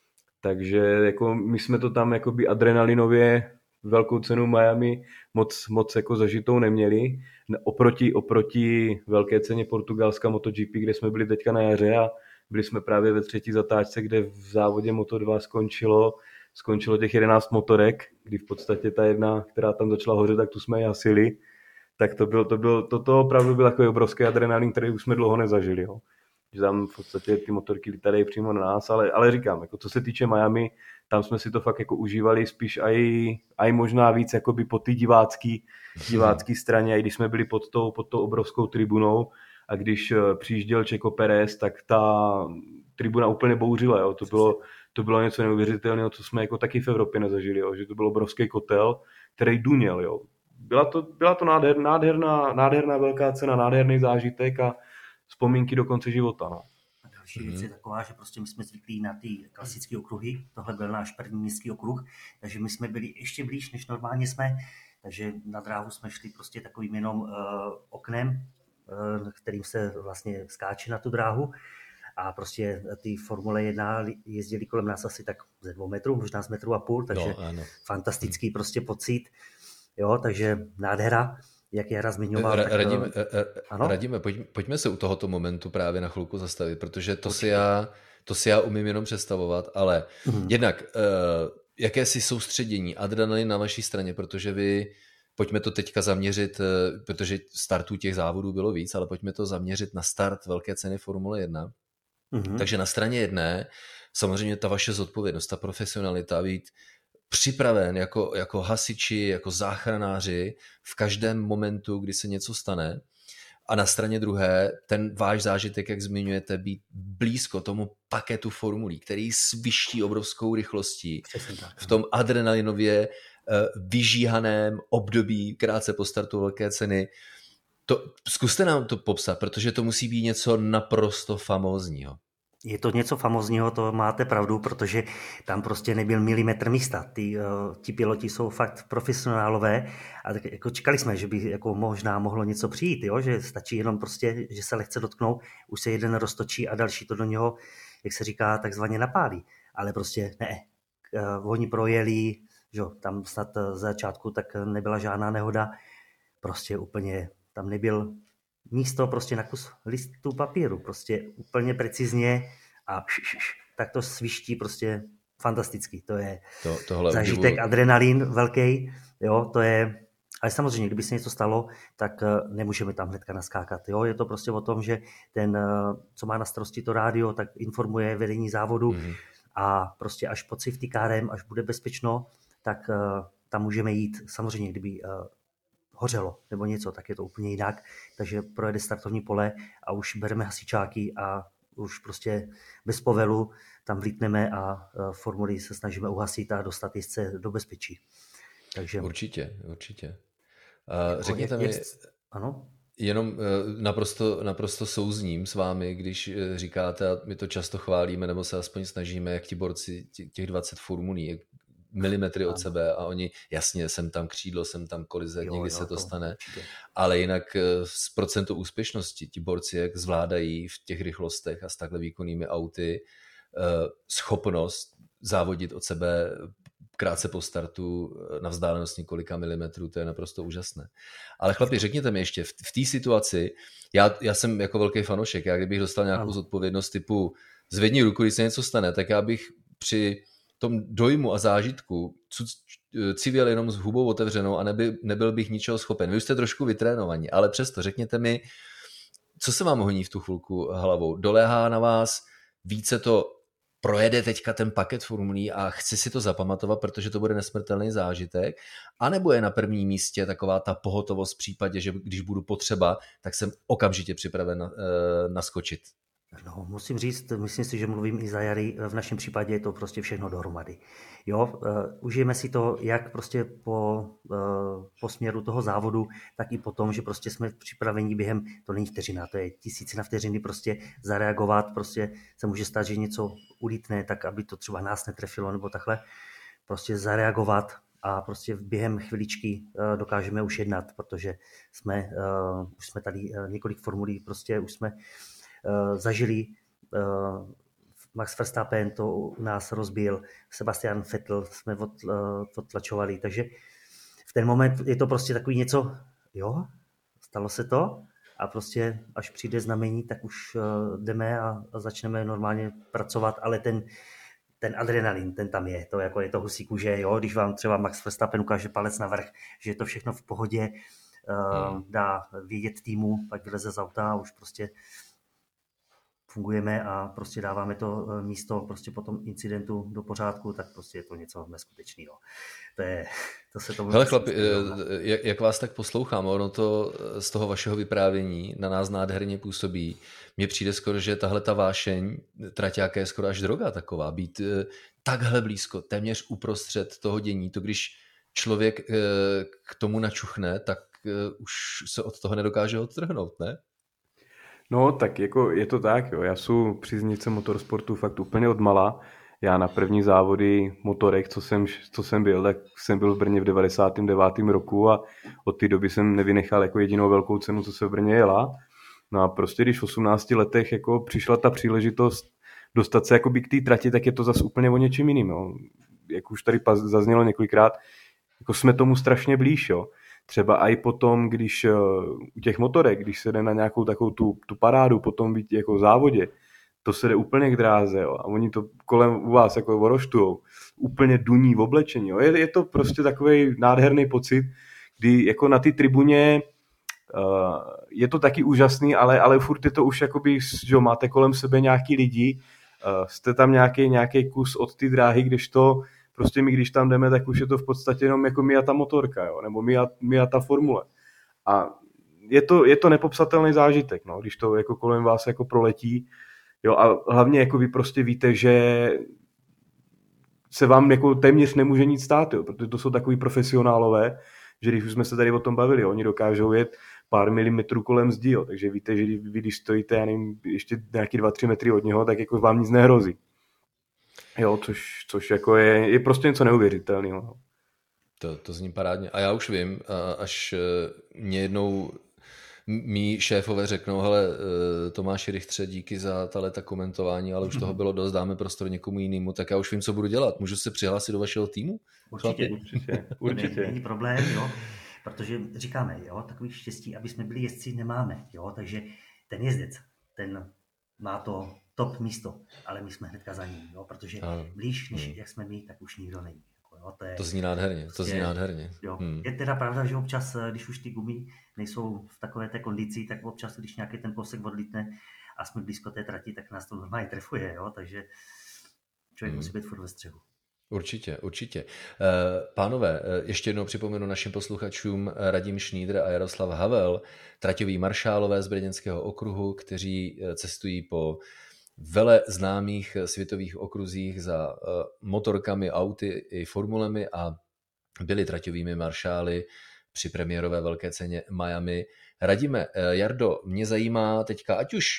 Takže jako my jsme to tam jakoby adrenalinově velkou cenu Miami moc, moc jako zažitou neměli. Oproti, oproti velké ceně Portugalska MotoGP, kde jsme byli teďka na jaře a byli jsme právě ve třetí zatáčce, kde v závodě Moto dva skončilo, skončilo těch jedenáct motorek, kdy v podstatě ta jedna, která tam začala hořet, tak tu jsme ji hasili. Tak to bylo, to bylo, toto opravdu byl takový obrovský adrenalin, který už jsme dlouho nezažili. Jo. Že tam v podstatě ty motorky lítaly přímo na nás, ale, ale říkám, jako co se týče Miami, tam jsme si to fakt jako užívali spíš aj, aj možná víc jakoby po té divácký, divácký straně, i když jsme byli pod tou, pod tou obrovskou tribunou a když přijížděl Checo Pérez, tak ta tribuna úplně bouřila, jo. To bylo, to bylo něco neuvěřitelného, co jsme jako taky v Evropě nezažili, jo. Že to byl obrovský kotel, který duněl, jo. Byla to, byla to nádher, nádherná, nádherná velká cena, nádherný zážitek a vzpomínky do konce života. No. A další věc je taková, že prostě my jsme zvyklí na ty klasické okruhy, tohle byl náš první městský okruh, takže my jsme byli ještě blíž, než normálně jsme, takže na dráhu jsme šli prostě takovým jenom uh, oknem, uh, kterým se vlastně skáče na tu dráhu a prostě ty Formule jedna jezdili kolem nás asi tak ze dvou metrů, možná z metru a půl, takže no, fantastický hmm. prostě pocit, jo, takže nádhera. Jak Jara zmiňoval, Ra- tak... Radíme, uh, radíme pojď, pojďme se u tohoto momentu právě na chvilku zastavit, protože to si já, to si já umím jenom představovat, ale mm. jednak uh, jakési soustředění, adrenalin na vaší straně, protože vy, pojďme to teďka zaměřit, uh, protože startů těch závodů bylo víc, ale pojďme to zaměřit na start velké ceny Formule jedna. Mm. Takže na straně jedné samozřejmě ta vaše zodpovědnost, ta profesionalita, být připraven jako, jako hasiči, jako záchranáři v každém momentu, kdy se něco stane. A na straně druhé, ten váš zážitek, jak zmiňujete, být blízko tomu paketu formulí, který sviští obrovskou rychlostí v tom adrenalinově vyžíhaném období krátce po startu velké ceny. To, zkuste nám to popsat, protože to musí být něco naprosto famózního. Je to něco famózního, to máte pravdu, protože tam prostě nebyl milimetr místa. Ty, ti piloti jsou fakt profesionálové a tak jako čekali jsme, že by jako možná mohlo něco přijít, jo? Že stačí jenom prostě, že se lehce dotknou, už se jeden roztočí a další to do něho, jak se říká, takzvaně napálí. Ale prostě ne. Oni projeli, že tam snad z začátku tak nebyla žádná nehoda, prostě úplně tam nebyl místo prostě na kus listu papíru, prostě úplně precizně a tak to sviští prostě fantasticky, to je to, zážitek, obdivu... adrenalin velký, jo, to je, ale samozřejmě, kdyby se něco stalo, tak nemůžeme tam hnedka naskákat, jo, je to prostě o tom, že ten, co má na starosti to rádio, tak informuje vedení závodu mm-hmm. a prostě až pod safety carem, až bude bezpečno, tak tam můžeme jít, samozřejmě, kdyby hořelo nebo něco, tak je to úplně jinak. Takže projede startovní pole a už bereme hasičáky a už prostě bez povelu tam vlítneme a formuli se snažíme uhasit a dostat jezdce do bezpečí. Takže... Určitě, určitě. Uh, řekněte mi, ano? jenom naprosto, naprosto souzním s vámi, když říkáte, a my to často chválíme, nebo se aspoň snažíme, jak ti borci, těch dvacet formulí, jak milimetry od sebe a oni, jasně, jsem tam křídlo, jsem tam kolize, jo, někdy jo, se to, to stane, určitě. Ale jinak s procentou úspěšnosti ti borci, jak zvládají v těch rychlostech a s takhle výkonnými auty schopnost závodit od sebe krátce po startu na vzdálenost několika milimetrů, to je naprosto úžasné. Ale chlapi, řekněte mi ještě, v, v té situaci, já, já jsem jako velký fanošek, já kdybych dostal nějakou ano. zodpovědnost typu zvedni ruku, když se něco stane, tak já bych při tom dojmu a zážitku civěl jenom s hubou otevřenou a neby, nebyl bych ničeho schopen. Vy už jste trošku vytrénovaní, ale přesto řekněte mi, co se vám honí v tu chvilku hlavou? Doléhá na vás více to projede teďka ten paket formulí a chci si to zapamatovat, protože to bude nesmrtelný zážitek, anebo je na prvním místě taková ta pohotovost v případě, že když budu potřeba, tak jsem okamžitě připraven na, e, naskočit? No, musím říct, myslím si, že mluvím i za Jary, v našem případě je to prostě všechno dohromady. Jo, uh, užijeme si to jak prostě po, uh, po směru toho závodu, tak i po tom, že prostě jsme připraveni během, to není vteřina, to je tisícina vteřiny prostě zareagovat, prostě se může stát, že něco ulítne, tak aby to třeba nás netrefilo nebo takhle, prostě zareagovat a prostě během chviličky uh, dokážeme už jednat, protože jsme, uh, už jsme tady uh, několik formulí, prostě už jsme Uh, zažili, uh, Max Verstappen to u nás rozbil, Sebastian Vettel jsme od, uh, odtlačovali, takže v ten moment je to prostě takový něco, jo, stalo se to a prostě až přijde znamení, tak už uh, jdeme a, a začneme normálně pracovat, ale ten, ten adrenalin, ten tam je, to jako je to husí kůže, jo, když vám třeba Max Verstappen ukáže palec navrch, že je to všechno v pohodě, uh, dá vědět týmu, pak vyleze z auta a už prostě fungujeme a prostě dáváme to místo prostě po tom incidentu do pořádku, tak prostě je to něco neskutečného. To je, to se tomu... Hele chlapi, jak, jak vás tak poslouchám, ono to z toho vašeho vyprávění na nás nádherně působí. Mně přijde skoro, že tahle ta vášeň traťáka je skoro až droga taková, být takhle blízko, téměř uprostřed toho dění, to když člověk k tomu načuchne, tak už se od toho nedokáže odtrhnout, ne? No, tak jako je to tak, jo. Já jsem příznivcem motorsportu fakt úplně odmala. Já na první závody motorek, co jsem, co jsem byl, tak jsem byl v Brně v devadesátém devátém roku a od té doby jsem nevynechal jako jedinou velkou cenu, co se v Brně jela. No a prostě když v osmnácti letech jako přišla ta příležitost dostat se jakoby k té trati, tak je to zase úplně o něčem jiným. Jo. Jak už tady zaznělo několikrát, jako jsme tomu strašně blíž, jo. Třeba i potom, když u těch motorek, když se jde na nějakou takovou tu, tu parádu, potom být jako v závodě, to se jde úplně k dráze, jo, a oni to kolem u vás jako oroštujou, úplně duní v oblečení, jo. Je, je to prostě takový nádherný pocit, kdy jako na té tribuně uh, je to taky úžasný, ale, ale furt je to už jakoby, že máte kolem sebe nějaký lidi, uh, jste tam nějaký, nějaký kus od té dráhy, kdežto prostě my, když tam jdeme, tak už je to v podstatě jenom jako my a ta motorka, jo? Nebo my a, my a ta formule. A je to, je to nepopsatelný zážitek, no? Když to jako kolem vás jako proletí. Jo? A hlavně jako vy prostě víte, že se vám jako téměř nemůže nic stát, jo? Protože to jsou takový profesionálové, že když už jsme se tady o tom bavili, jo? Oni dokážou jet pár milimetrů kolem zdi, jo? Takže víte, že vy, když stojíte, já nevím, ještě nějaký dva tři metry od něho, tak jako vám nic nehrozí. Jo, což, což jako je, je prostě něco neuvěřitelného. To, to zní parádně. A já už vím, až mě jednou mý šéfové řeknou, hele, Tomáši Richtře, díky za tato komentování, ale už toho bylo dost, dáme prostor někomu jinému, tak já už vím, co budu dělat. Můžu se přihlásit do vašeho týmu? Určitě, určitě. určitě. Není problém, jo, protože říkáme, jo, takový štěstí, aby jsme byli jezdci, nemáme, jo, takže ten jezdec, ten má to top místo, ale my jsme hnedka za ním, jo, protože ano. blíž, než hmm. jak jsme my, tak už nikdo není. Jako, jo, to, je, to zní nádherně, to zní je, nádherně. Jo. Hmm. Je teda pravda, že občas, když už ty gumy nejsou v takové té kondici, tak občas, když nějaký ten kousek odlítne a jsme blízko té trati, tak nás to normálně trefuje, jo, takže člověk hmm. musí být furt ve střehu. Určitě, určitě. Pánové, ještě jednou připomenu našim posluchačům Radim Šnídr a Jaroslav Havel, traťoví maršálové z brněnského okruhu, kteří cestují po vele známých světových okruzích za motorkami, auty i formulemi a byli traťovými maršály při premiérové velké ceně Miami. Radime, Jardo, mě zajímá teďka, ať už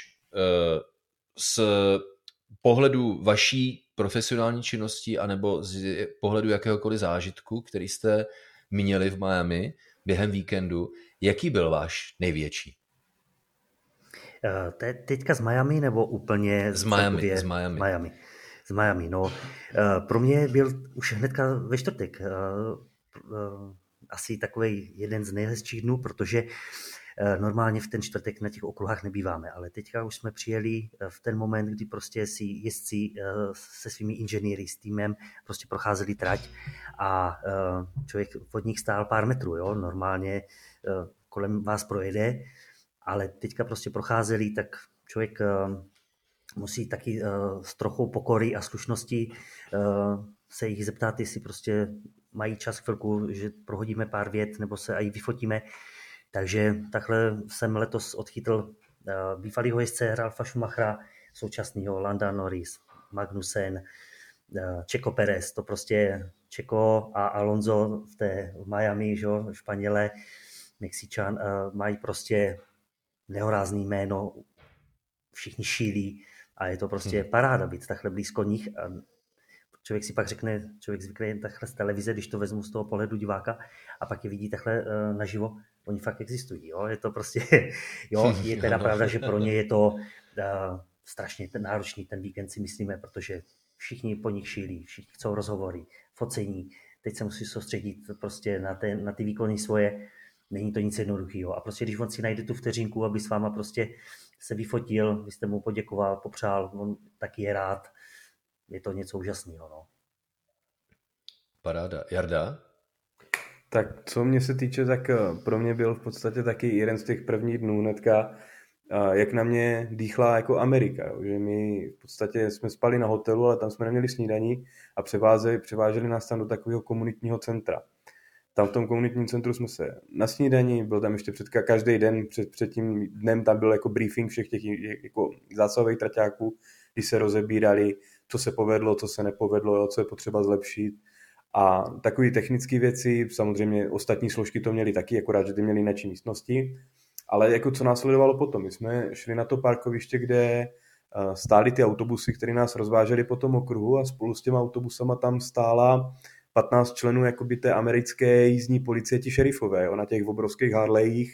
z pohledu vaší profesionální činnosti anebo z pohledu jakéhokoliv zážitku, který jste měli v Miami během víkendu, jaký byl váš největší? Te, teďka z Miami nebo úplně z Miami, z Miami. Z Miami. Z Miami, no. Pro mě byl už hnedka ve čtvrtek asi takový jeden z nejhezčích dnů, protože normálně v ten čtvrtek na těch okruhách nebýváme, ale teďka už jsme přijeli v ten moment, kdy prostě si jezdci se svými inženýry, s týmem prostě procházeli trať a člověk od nich stál pár metrů, jo, normálně kolem vás projede ale teďka prostě procházeli, tak člověk musí taky s trochou pokory a slušnosti se jich zeptat, jestli prostě mají čas chvilku, že prohodíme pár vět nebo se aj vyfotíme. Takže takhle jsem letos odchytl bývalýho jezdce Ralfa Schumachera, současného Landa Norris, Magnussen, Checo Perez, to prostě Checo a Alonso v té v Miami, že, Španěle, Mexičan, mají prostě nehorázný jméno, všichni šílí a je to prostě hmm. paráda být takhle blízko nich. A člověk si pak řekne, člověk zvykne jen takhle z televize, když to vezmu z toho pohledu diváka a pak je vidí takhle uh, naživo, oni fakt existují. Jo? Je to prostě, jo, je teda pravda, že pro ně je to uh, strašně ten náročný ten víkend, si myslíme, protože všichni po nich šílí, všichni chcou rozhovory, focení, teď se musí soustředit prostě na, ten, na ty výkony svoje, není to nic jednoduchého. A prostě když on si najde tu vteřinku, aby s váma prostě se vyfotil, vy jste mu poděkoval, popřál, on taky je rád, je to něco úžasného. No. Paráda. Jarda? Tak co mě se týče, tak pro mě byl v podstatě taky jeden z těch prvních dnů hnedka, jak na mě dýchla jako Amerika. Jo. Že my v podstatě jsme spali na hotelu, ale tam jsme neměli snídaní a převáželi, převáželi nás tam do takového komunitního centra. Tam v tom komunitním centru jsme se na snídaní, byl tam ještě před každý den, před, před tím dnem tam byl jako briefing všech těch jako zásahových traťáků, kdy se rozebírali, co se povedlo, co se nepovedlo, jo, co je potřeba zlepšit. A takové technické věci, samozřejmě ostatní složky to měly taky, akorát, že ty měly jiné místnosti. Ale jako co následovalo potom? My jsme šli na to parkoviště, kde stály ty autobusy, které nás rozvážely po tom okruhu a spolu s těma autobusama tam stála patnáct členů jakoby té americké jízdní policie, ti šerifové, jo, na těch obrovských Harleyích,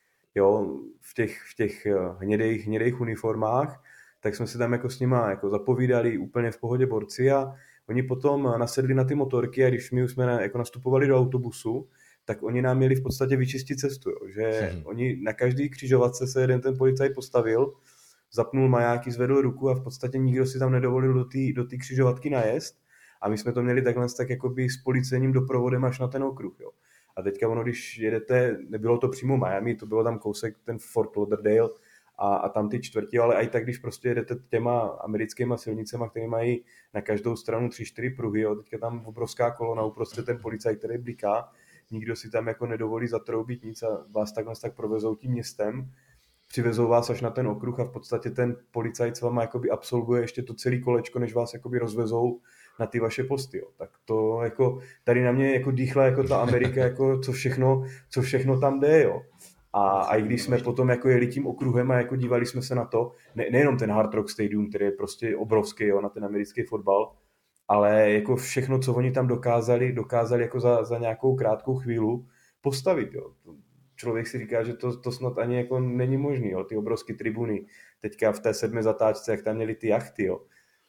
jo, v těch, v těch hnědých, hnědých uniformách, tak jsme se tam jako s nima jako zapovídali úplně v pohodě borci a oni potom nasedli na ty motorky a když my už jsme jako nastupovali do autobusu, tak oni nám měli v podstatě vyčistit cestu, jo, že hmm. oni na každý křižovatce se jeden ten policajt postavil, zapnul majáky, zvedl ruku a v podstatě nikdo si tam nedovolil do té do té křižovatky najezd. A my jsme to měli takhle tak jakoby s policejním doprovodem až na ten okruh. Jo. A teďka ono, když jedete, nebylo to přímo Miami, to bylo tam kousek ten Fort Lauderdale a, a tam ty čtvrti, ale i tak, když prostě jedete těma americkýma silnicema, které mají na každou stranu tři čtyři pruhy, jo, teďka tam obrovská kolona, uprostřed ten policajt, který bliká, nikdo si tam jako nedovolí zatroubit nic a vás takhle tak provezou tím městem, přivezou vás až na ten okruh a v podstatě ten policajt s váma jakoby absolvuje ještě to celé kolečko, než vás jakoby rozvezou na ty vaše posty. Jo. Tak to jako tady na mě jako dýchla jako ta Amerika, jako co všechno, co všechno tam jde. Jo. A, a i když jsme potom jako jeli tím okruhem a jako dívali jsme se na to, ne, nejenom ten Hard Rock Stadium, který je prostě obrovský, jo, na ten americký fotbal, ale jako všechno, co oni tam dokázali, dokázali jako za, za nějakou krátkou chvíli postavit. Jo. Člověk si říká, že to, to snad ani jako není možný, jo. Ty obrovské tribuny, teďka v té sedmé zatáčce, jak tam měli ty jachty. Jo.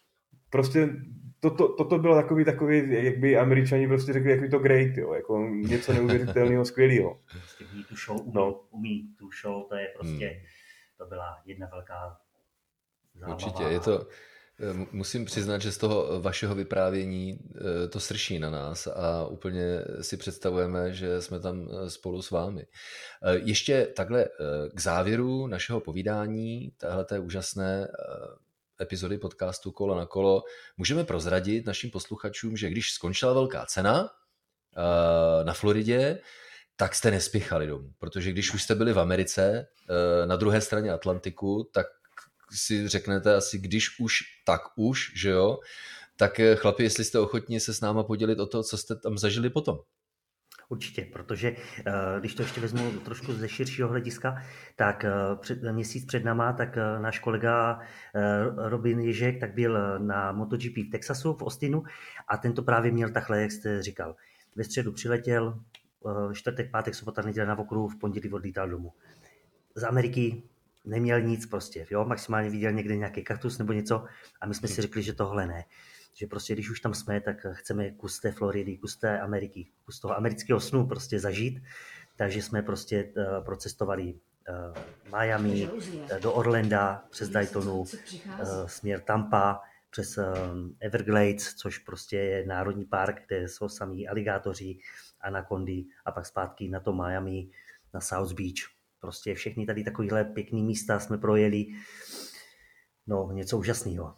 Prostě Toto, toto bylo takový, takový, jak by Američani prostě řekli, jak by to great, jo, jako něco neuvěřitelného, skvělého. Prostě umí tu show, umí, no. umí tu show, to je prostě, hmm. to byla jedna velká zábava. Určitě, je to, musím přiznat, že z toho vašeho vyprávění to srší na nás a úplně si představujeme, že jsme tam spolu s vámi. Ještě takhle k závěru našeho povídání, téhleté úžasné epizody podcastu Kolo na kolo, můžeme prozradit našim posluchačům, že když skončila velká cena na Floridě, tak jste nespěchali domů, protože když už jste byli v Americe na druhé straně Atlantiku, tak si řeknete asi, když už, tak už, že jo, tak chlapi, jestli jste ochotni se s náma podělit o to, co jste tam zažili potom. Určitě, protože když to ještě vezmu trošku ze širšího hlediska, tak před, měsíc před náma, tak náš kolega Robin Ježek tak byl na MotoGP v Texasu, v Austinu a tento právě měl takhle, jak jste říkal. Ve středu přiletěl, čtvrtek, pátek, sobota, neděle na okruhu, v pondělí odlítal domů. Z Ameriky neměl nic prostě, jo? Maximálně viděl někde nějaký kaktus nebo něco a my jsme si řekli, že tohle ne. Že prostě když už tam jsme, tak chceme kus té Floridy, kus té Ameriky, kus toho amerického snu prostě zažít. Takže jsme prostě uh, procestovali uh, Miami, uh, do Orlanda, přes Daytonu, uh, směr Tampa, přes uh, Everglades, což prostě je národní park, kde jsou samí aligátoři, anakondy a pak zpátky na to Miami, na South Beach. Prostě všechny tady takovýhle pěkný místa jsme projeli. No, něco úžasného.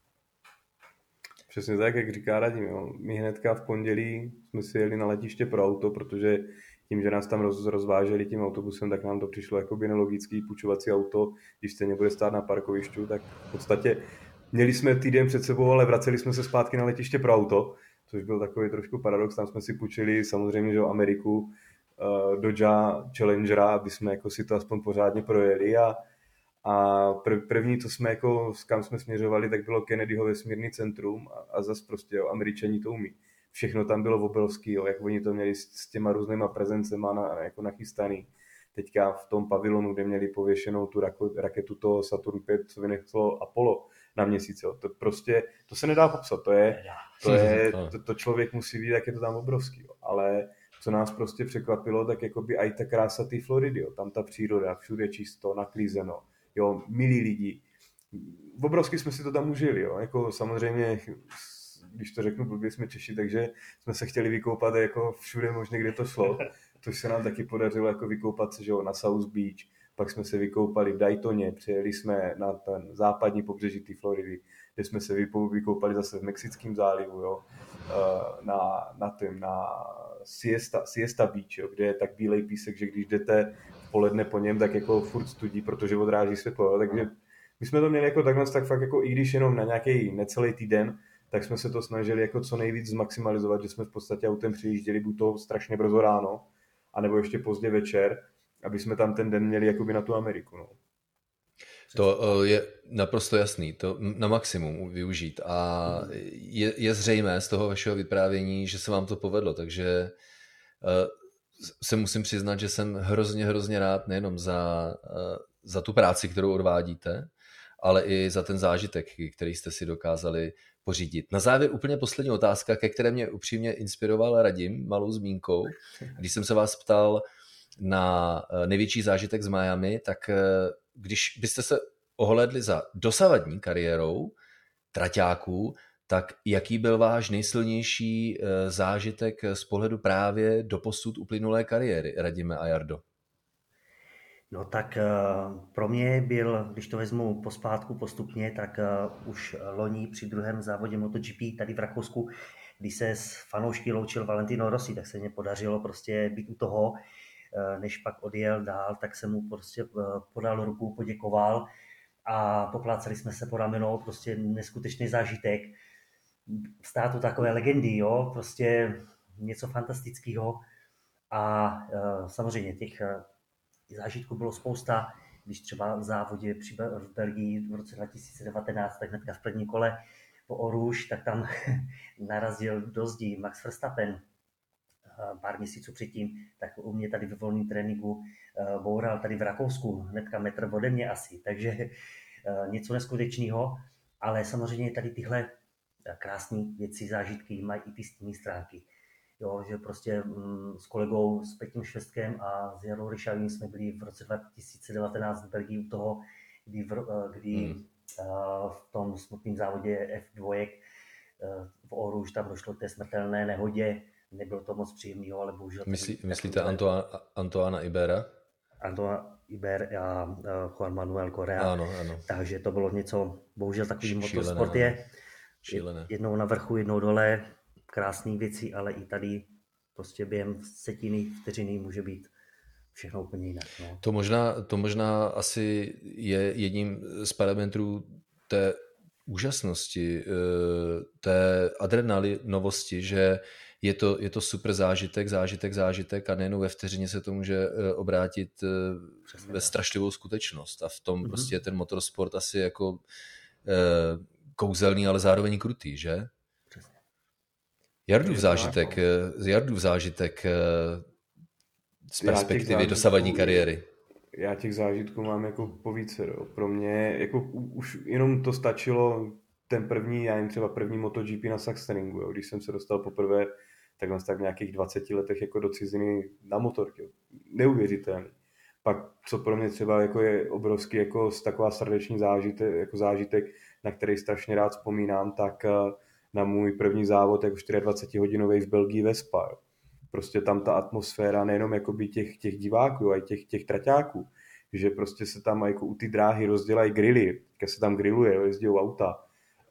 Přesně tak, jak říká Radim. Jo. My hnedka v pondělí jsme si jeli na letiště pro auto, protože tím, že nás tam roz, rozváželi tím autobusem, tak nám to přišlo jako by nelogický půjčovací auto, když stejně bude stát na parkovišťu, tak v podstatě měli jsme týden před sebou, ale vraceli jsme se zpátky na letiště pro auto, což byl takový trošku paradox. Tam jsme si půjčili samozřejmě, že o Ameriku, uh, Dodge Challengera, aby jsme jako si to aspoň pořádně projeli a A prv, první, co jsme jako, kam jsme směřovali, tak bylo Kennedyho vesmírný centrum a, a zase prostě jo, Američani to umí. Všechno tam bylo obrovský, jo, jak oni to měli s, s těma různýma prezencema na, jako nachystaný. Teďka v tom pavilonu, kde měli pověšenou tu rako, raketu toho Saturn pět, co vynechlo Apollo na měsíc. Jo. To prostě, to se nedá popsat, to je, to, je, to, to člověk musí vidět, jak je to tam obrovský. Jo. Ale co nás prostě překvapilo, tak jakoby i ta krása té Floridy, jo. Tam ta příroda, všude čisto, naklízeno. Jo, milí lidi. Obrovsky jsme si to tam užili, jo. Jako samozřejmě, když to řeknu blbě, jsme Češi, takže jsme se chtěli vykoupat jako všude možně, kde to šlo. To se nám taky podařilo jako vykoupat se, že jo, na South Beach, pak jsme se vykoupali v Daytoně, přijeli jsme na ten západní pobřeží té Floridy, kde jsme se vykoupali zase v Mexickém zálivu, jo, na, na, tým, na Siesta, Siesta Beach, jo, kde je tak bílej písek, že když jdete poledne po něm, tak jako furt studí, protože odráží světlo, jo. Takže my jsme to měli jako takhle, tak fakt jako i když jenom na nějaký necelý týden, tak jsme se to snažili jako co nejvíc zmaximalizovat, že jsme v podstatě autem přijížděli buď to strašně brzo ráno, anebo ještě pozdě večer, aby jsme tam ten den měli jakoby na tu Ameriku. No. To je naprosto jasný, to na maximum využít a je, je zřejmé z toho vašeho vyprávění, že se vám to povedlo, takže se musím přiznat, že jsem hrozně, hrozně rád nejenom za, za tu práci, kterou odvádíte, ale i za ten zážitek, který jste si dokázali pořídit. Na závěr úplně poslední otázka, ke které mě upřímně inspiroval Radim malou zmínkou. Když jsem se vás ptal na největší zážitek z Miami, tak když byste se ohlédli za dosavadní kariérou traťáků, tak jaký byl váš nejsilnější zážitek z pohledu právě doposud uplynulé kariéry, Radime a Jardo? No tak pro mě byl, když to vezmu pospátku postupně, tak už loni při druhém závodě MotoGP tady v Rakousku, když se s fanoušky loučil Valentino Rossi, tak se mě podařilo prostě být u toho, než pak odjel dál, tak jsem mu prostě podal ruku, poděkoval a poplácali jsme se po ramenou, prostě neskutečný zážitek. V státu takové legendy, jo, prostě něco fantastického a uh, samozřejmě těch uh, zážitků bylo spousta, když třeba v závodě při, v Belgii v roce dva tisíce devatenáct, tak hnedka v prvním kole po Oruž, tak tam narazil do zdi Max Verstappen uh, pár měsíců předtím, tak u mě tady ve volném tréninku uh, boural tady v Rakousku, hnedka metr ode mě asi, takže uh, něco neskutečného, ale samozřejmě tady tyhle krásné věci, zážitky mají i ty stinné stránky. Jo, že prostě mm, s kolegou, s Peťou Švestkem a s Jarou Ryšavým jsme byli v roce dva tisíce devatenáct v Belgii u toho, kdy, v, kdy hmm. uh, v tom smutném závodě F dva uh, v Oru už tam došlo k té smrtelné nehodě. Nebylo to moc příjemného, ale bohužel... Myslí, myslíte Antoine, Antoana Ibera? Antoine Iber a uh, Juan Manuel Correa. Ano, ano. Takže to bylo něco, bohužel takový motorsport je. Šílené. Jednou na vrchu, jednou dole, krásné věci, ale i tady prostě během setiny, vteřiny může být všechno úplně jinak. No. To možná, to možná asi je jedním z parametrů té úžasnosti, té adrenalinovosti, že je to, je to super zážitek, zážitek, zážitek a nejen ve vteřině se to může obrátit Přesně ve tak. strašlivou skutečnost a v tom mm-hmm. prostě ten motorsport asi jako kouzelný, ale zároveň krutý, že? Přesně. Jardův zážitek, Jardův zážitek z perspektivy dosavadní kariéry. Já těch zážitků mám jako po více. Pro mě jako už jenom to stačilo ten první, já jim třeba první MotoGP na Sachsenringu, jo, když jsem se dostal poprvé takhle tak v nějakých dvaceti letech jako do ciziny na motorky. Neuvěřitelný. Pak, co pro mě třeba jako je obrovský jako taková srdeční zážitek, jako zážitek, na který strašně rád vzpomínám, tak na můj první závod jako dvacetihodinový v Belgii Vespa. prostě tam ta atmosféra nejenom jakoby těch, těch diváků, ale těch, těch traťáků, že prostě se tam jako u ty dráhy rozdělají grily, když se tam grilluje, jezdí auta,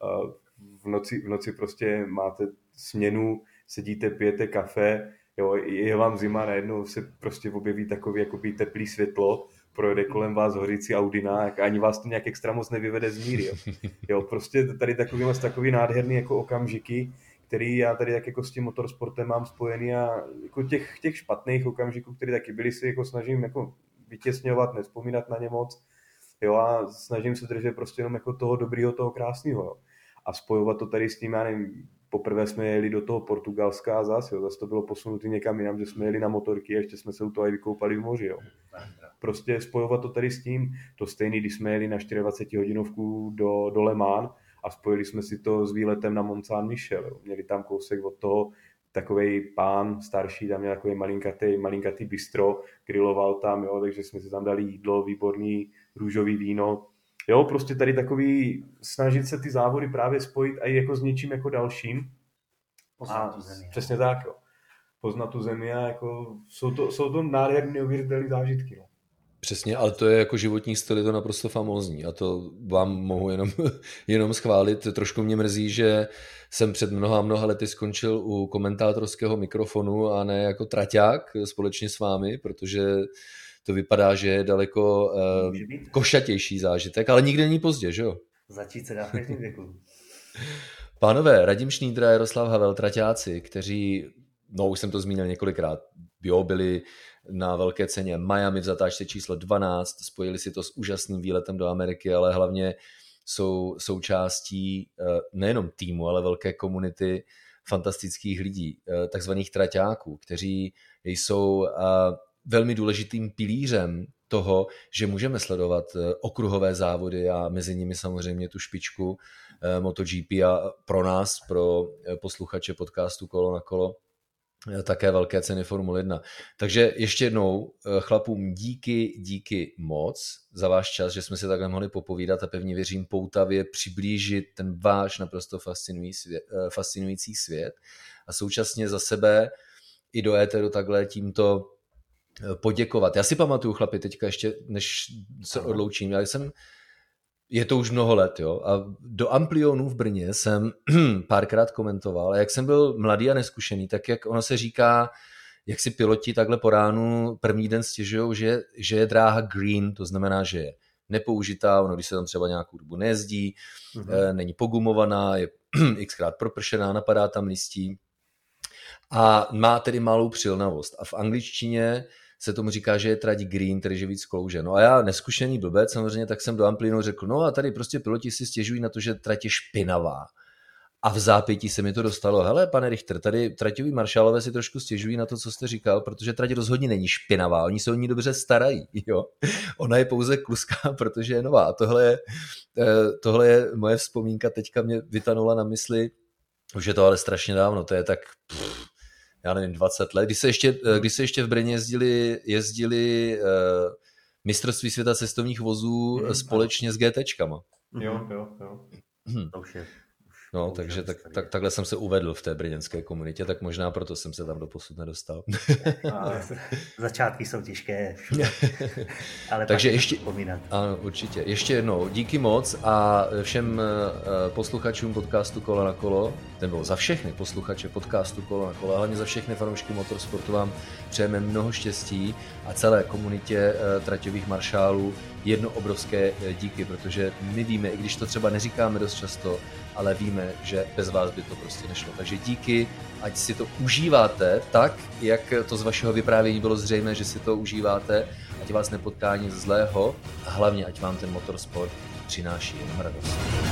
v noci, v noci prostě máte směnu, sedíte, pijete kafe, jo, je vám zima, najednou se prostě objeví takový jakoby teplý světlo, projede kolem vás hořící Audina, ani vás to nějak extra moc nevyvede z míry. Jo, jo prostě tady takový, takový nádherný jako okamžiky, který já tady tak jako s tím motorsportem mám spojený a jako těch, těch špatných okamžiků, které taky byly, si jako snažím jako vytěsňovat, nevzpomínat na ně moc, jo, a snažím se držet prostě jenom jako toho dobrýho, toho krásného, jo. A spojovat to tady s tím, já nevím, poprvé jsme jeli do toho Portugalska a zase, jo, zase to bylo posunutý někam jinam, že jsme jeli na motorky a ještě jsme se u toho i vykoupali v moři, jo. Prostě spojovat to tady s tím, to stejný, když jsme jeli na dvacet hodinovku do, do Le Mans a spojili jsme si to s výletem na Mont Saint-Michel, jo. Měli tam kousek od toho takovej pán starší, tam měl takový malinkatý, malinkatý bistro, griloval tam, jo, takže jsme si tam dali jídlo, výborný růžový víno. Jo, prostě tady takový, snažit se ty závody právě spojit a i jako s něčím jako dalším. Poznat tu zemi. Přesně tak, jo. Poznat tu zemi a jako jsou to, jsou to nádherné, neuvěřitelné zážitky, no. Přesně, ale to je jako životní styl, je to naprosto famózní a to vám mohu jenom, jenom schválit. Trošku mě mrzí, že jsem před mnoha mnoha lety skončil u komentátorského mikrofonu a ne jako traťák společně s vámi, protože to vypadá, že je daleko uh, košatější zážitek, ale nikdy není pozdě, že jo? Začít se dá v každém věku. Pánové, Radim Šnídra, Jaroslav Havel, traťáci, kteří, no už jsem to zmínil několikrát, jo, byli na velké ceně Miami v zatáčce číslo dvanáct, spojili si to s úžasným výletem do Ameriky, ale hlavně jsou součástí nejenom týmu, ale velké komunity fantastických lidí, takzvaných traťáků, kteří jsou velmi důležitým pilířem toho, že můžeme sledovat okruhové závody a mezi nimi samozřejmě tu špičku MotoGP a pro nás, pro posluchače podcastu Kolo na kolo, také velké ceny Formule jedna. Takže ještě jednou chlapům díky, díky moc za váš čas, že jsme si takhle mohli popovídat a pevně věřím poutavě přiblížit ten váš naprosto fascinující svět, fascinující svět a současně za sebe i do éteru takhle tímto poděkovat. Já si pamatuju, chlapi, teďka ještě, než se odloučím, já jsem, je to už mnoho let, jo, a do Amplionů v Brně jsem párkrát komentoval a jak jsem byl mladý a neskušený, tak jak ono se říká, jak si piloti takhle po ránu první den stěžujou, že, že je dráha green, to znamená, že je nepoužitá, ono když se tam třeba nějakou dobu nejezdí, mm-hmm. není pogumovaná, je xkrát propršená, napadá tam listí a má tedy malou přilnavost. A v angličtině se tomu říká, že je trať green, tedy že víc klouže. No a já, neskušený blbec, samozřejmě, tak jsem do Amplinu řekl, no a tady prostě piloti si stěžují na to, že trať je špinavá. A v zápětí se mi to dostalo, hele, pane Richter, tady traťoví maršálové si trošku stěžují na to, co jste říkal, protože trať rozhodně není špinavá, oni se o ní dobře starají, jo. Ona je pouze kluská, protože je nová. A tohle je, tohle je moje vzpomínka, teďka mě vytanula na mysli, už je to ale strašně dávno, to je tak... Pff, já nevím, dvacet let, když se ještě, když se ještě v Brně jezdili, jezdili uh, mistrovství světa cestovních vozů hmm, společně ano. s GTčkama. Jo, jo, jo. Hmm. To už je. No, takže tak, tak, takhle jsem se uvedl v té brněnské komunitě, tak možná proto jsem se tam doposud nedostal. Začátky jsou těžké, ale takže ještě, ano, určitě. Ještě jednou, díky moc a všem posluchačům podcastu Kolo na kolo, nebo za všechny posluchače podcastu Kolo na kolo, hlavně za všechny fanoušky motorsportu vám přejeme mnoho štěstí a celé komunitě traťových maršálů jedno obrovské díky, protože my víme, i když to třeba neříkáme dost často, ale víme, že bez vás by to prostě nešlo. Takže díky, ať si to užíváte tak, jak to z vašeho vyprávění bylo zřejmé, že si to užíváte, ať vás nepotká nic zlého a hlavně, ať vám ten motorsport přináší jenom radost.